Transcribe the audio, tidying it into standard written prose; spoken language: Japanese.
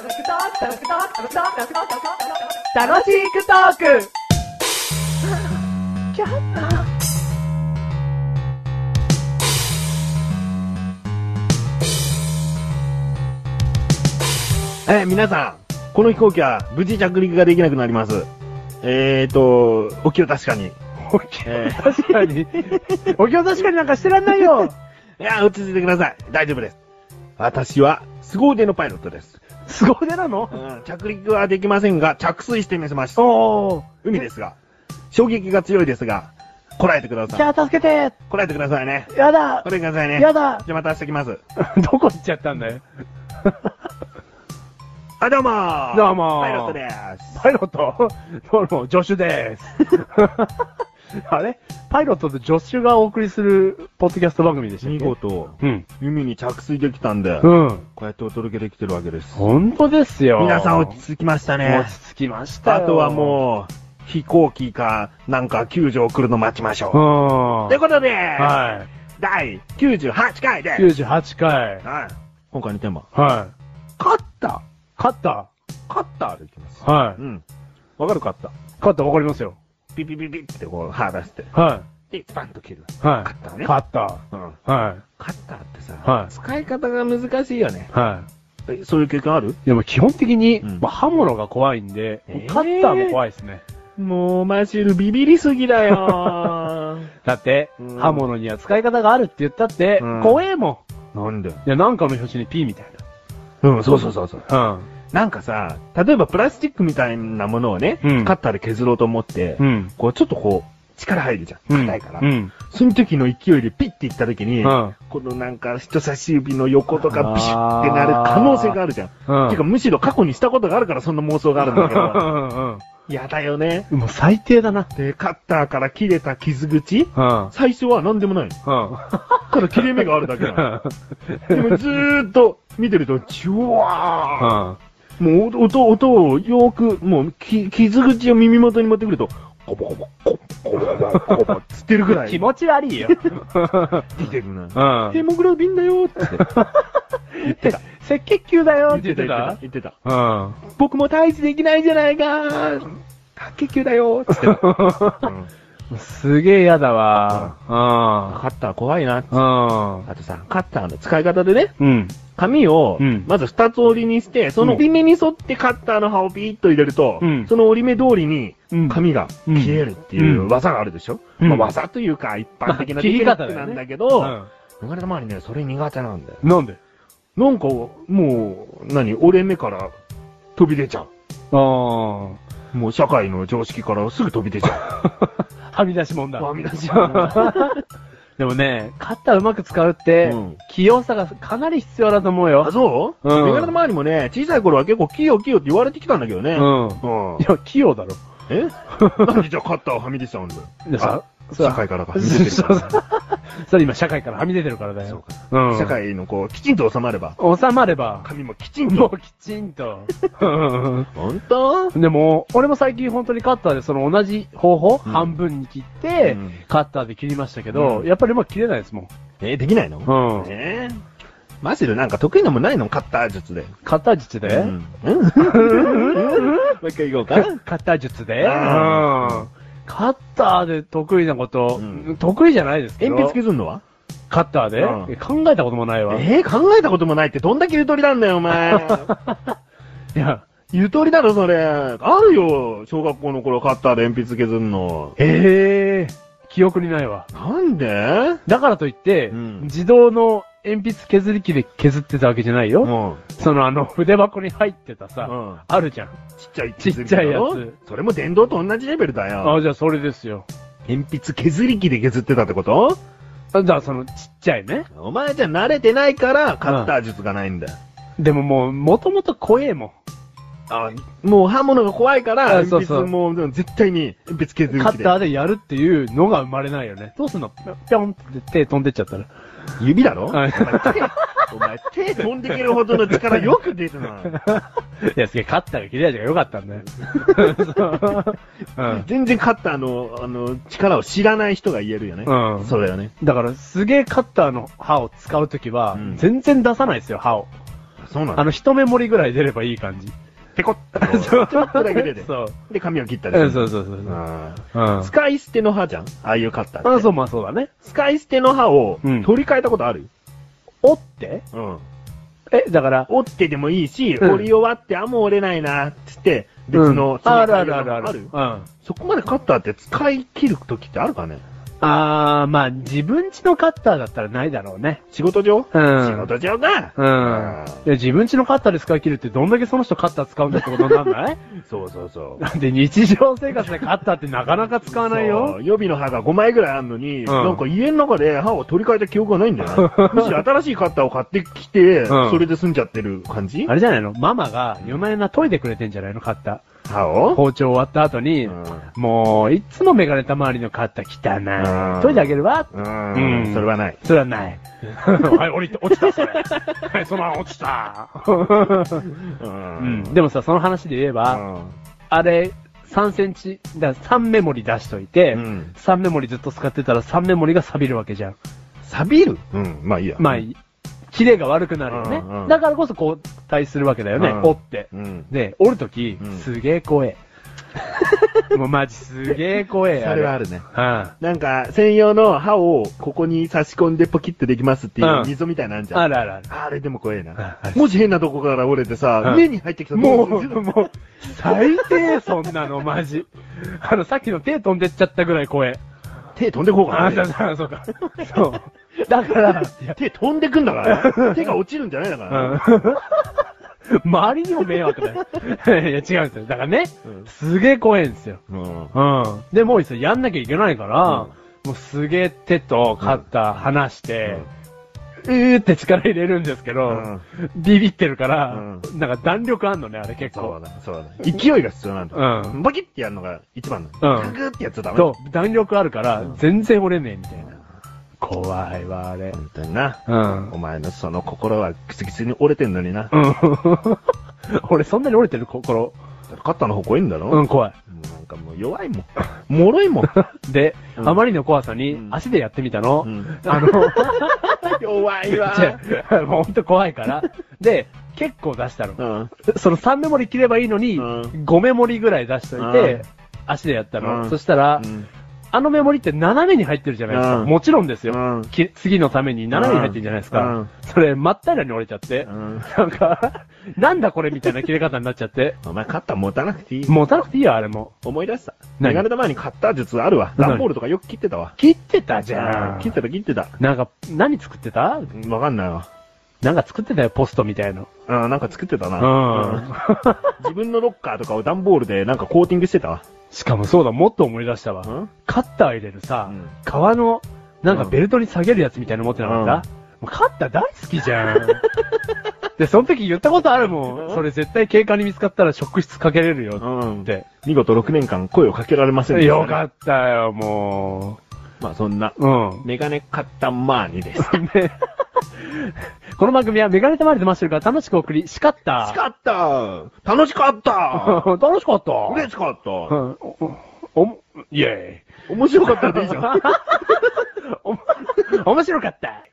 楽しくトーク皆さん、この飛行機は無事着陸ができなくなります。お気を確かに。 確かに。お気を確かになんかしてらんないよ。 いや、落ち着いてください。大丈夫です。私は、凄腕のパイロットです。 凄腕なの？ 着陸はできませんが、着水してみせました。海ですが、衝撃が強いですが、こらえてください。 じゃあ助けて。 こらえてくださいね。 やだ。 こらえてくださいね。 やだ。 じゃあまた明日来ます。 どこ行っちゃったんだよ。 あ、どうもー。 どうもー。 パイロットでーす。 パイロット？どうも、助手でーす。あれ？パイロットと助手がお送りするポッドキャスト番組でしたっけ？ 見事、海に着水できたんで、こうやってお届けできてるわけです。 本当ですよ。 皆さん落ち着きましたね。 落ち着きましたよ。 あとはもう、飛行機か、なんか救助を来るの待ちましょう。ということで、 はい。 第98回で 98回。 はい。今回のテーマ。 はい。 カッタカッターでいきます。 はい。 わかるカッター。 カッターわかりますよ。 ピピピピってこう、歯出して。 はい。 で、スパンと切る。 はい。 カッターね。 カッター。はい。 カッターってさ、 はい。 使い方が難しいよね。 はい。 そういう経験ある？ でも基本的に、刃物が怖いんで、カッターも怖いですね。 もう、マシュルビビりすぎだよだって、刃物には使い方があるって言ったって、怖えもん。なんで？いや、なんかの表紙に P みたいな。 そう。なんかさ、例えばプラスチックみたいなものをね、カッターで削ろうと思って、こうちょっとこう、力入るじゃん。硬いから。その時の勢いでピッていった時に、このなんか人差し指の横とかビシュってなる可能性があるじゃん。てかむしろ過去にしたことがあるからそんな妄想があるんだけど。やだよね。 もう最低だな。 で、カッターから切れた傷口、最初は何でもない。ただ切れ目があるだけなの。でもずーっと見てると、ジュワー。もう音をよーく、もう傷口を耳元に持ってくると、コボコボ、コボコボ、コボつってるぐらい。 気持ち悪いよ。 出てるな。ヘモグロビンだよって。言ってた。 赤血球だよって言ってた。僕も退治できないじゃないか。白血球だよって言ってた。 すげえ嫌だわ。 カッター怖いな。あとさ、カッターの使い方でね、紙を、まず二つ折りにして、その折り目に沿ってカッターの刃をピーッと入れると、その折り目通りに紙が消えるっていう技があるでしょ？技というか一般的なテクニックなんだけど、生まれたまわりね、それ苦手なんだよ。 なんで？ なんか、もう、折れ目から飛び出ちゃう。もう社会の常識からすぐ飛び出ちゃう。 はみ出しもんだ。 はみ出しもんだ。 でもね、カッターうまく使うって、器用さがかなり必要だと思うよ。 あ、そうメガネの周りもね、小さい頃は結構器用って言われてきたんだけどね。 いや、器用だろ。 なんでじゃあカッターをはみ出しちゃうんだよ。社会からはみ出てるから。 それ今社会からはみ出てるからだよ。 社会のこう、きちんと収まれば。髪もきちんと。 もうきちんと。 ほんと？ でも、俺も最近本当にカッターでその同じ方法、半分に切って、カッターで切りましたけど、やっぱりうまく切れないですもん。 できないの？マジでなんか得意なもんないの？カッター術で。 カッター術で？ もう一回行こうか。 カッター術で？カッターで得意なこと、得意じゃないですけど。 鉛筆削るのは？ カッターで、考えたこともないわ。 考えたこともないってどんだけゆとりなんだよ、お前。いや、ゆとりだろ、それ。あるよ、小学校の頃カッターで鉛筆削るの。 記憶にないわ。 なんで？ だからといって、自動の鉛筆削り器で削ってたわけじゃないよ。その筆箱に入ってたさ、あるじゃん。ちっちゃいやつ。 それも電動と同じレベルだよ。 じゃあそれですよ。 鉛筆削り器で削ってたってこと？ じゃあそのちっちゃいね。 お前じゃ慣れてないからカッター術がないんだよ。 でももともと怖えもん。 もう刃物が怖いから、鉛筆も絶対に鉛筆削り器で。 カッターでやるっていうのが生まれないよね。どうすんの？ぴょんって手飛んでっちゃったら。 指だろ？お前手飛んでけるほどの力よく出るな。 いや、すげえカッターが切れ味が良かったんだよ。 全然カッターの力を知らない人が言えるよね。そうだよね。 だからすげえカッターの刃を使うときは、全然出さないですよ、刃を。 そうなんだ。 一目盛りぐらい出ればいい感じ。 ペコッと。ちょっとだけ出て。 そう。 で、髪を切ったりする。 そうそうそう。 使い捨ての刃じゃん、ああいうカッターって。 あ、そう、まあそうだね。 使い捨ての刃を取り替えたことある？ 折って？だから、 折ってでもいいし、折り終わって、もう折れないな、つって、別の、 ある。 そこまでカッターって使い切る時ってあるかね？ まあ、自分家のカッターだったらないだろうね。 仕事上？ 仕事上だ。 自分家のカッターで使い切るってどんだけその人カッター使うんだってことになんない？ そう。 なんで日常生活でカッターってなかなか使わないよ。 予備の刃が5枚ぐらいあるのに、なんか家の中で刃を取り替えた記憶がないんだよね。むしろ新しいカッターを買ってきて、それで済んじゃってる感じ？ あれじゃないの？ママが夜な夜な研いでくれてんじゃないの？カッター。包丁終わった後に、もう、いつもメガネた周りのカッター汚い。研いであげるわ。 それはない。 それはない。はい、落ちた、それ。はい、そのまま落ちた。でもさ、その話で言えば、あれ、3センチ、3メモリ出しといて、3メモリずっと使ってたら3メモリが錆びるわけじゃん。 錆びる？まあいいや。 まあいい。キレが悪くなるよね。だからこそ交代するわけだよね。折って。で、折るとき、すげえ怖え。もうマジすげえ怖え。 それはあるね。なんか、専用の刃をここに差し込んでポキッとできますっていう溝みたいなのあるじゃん。 ある。 あれでも怖えな。もし変なとこから折れてさ、目に入ってきたらもう、最低そんなのマジ。さっきの手飛んでっちゃったぐらい怖え。 手飛んでこうかな。 そうか。そう。だから、 手飛んでくんだから手が落ちるんじゃないだから周りにも迷惑だよ。いや、違うんですよ。だからね、すげえ怖いんですよ。で、もう一度やんなきゃいけないから、もうすげえ手とカッター離して、って力入れるんですけど、ビビってるから、なんか弾力あんのね、あれ結構。 そうだ。勢いが必要なんだ。バキッてやるのが一番なの。グーってやっちゃダメ。 そう、弾力あるから、全然折れねえみたいな。怖いわ、あれ。 本当にな。お前のその心はギスギスに折れてんのにな。 俺そんなに折れてる心。 カッターの方怖いんだろ？ 怖い。 なんかもう弱いもん。脆いもん。 で、あまりの怖さに足でやってみたの。 弱いわ。 もうほんと怖いから。で、結構出したの。その3メモリ切ればいいのに、5メモリぐらい出しといて、足でやったの。そしたら、あのメモリって斜めに入ってるじゃないですか。もちろんですよ。次のために斜めに入ってるじゃないですか。それ、真っ平らに折れちゃって。なんか、なんだこれみたいな切れ方になっちゃって。 お前カッター持たなくていい？ 持たなくていいよ、あれも。 思い出した。メガネ玉にカッター術あるわ。段ボールとかよく切ってたわ。 切ってたじゃん。 切ってた。 なんか、何作ってた？ わかんないわ。 なんか作ってたよ、ポストみたいな。 なんか作ってたな。自分のロッカーとかを段ボールでなんかコーティングしてたわ。 しかもそうだ、もっと思い出したわ。カッター入れるさ、革の、なんかベルトに下げるやつみたいなの持ってなかった？カッター大好きじゃん。で、その時言ったことあるもん。それ絶対警官に見つかったら職質かけれるよって。 見事6年間声をかけられませんでした。 よかったよ、もう。まあそんな、メガネカッターマーニです。 この番組はメガネたまりでマッシュルが楽しく送り、しかった。 楽しかった嬉しかったイェーイ。 面白かったでいいじゃん。 面白かった。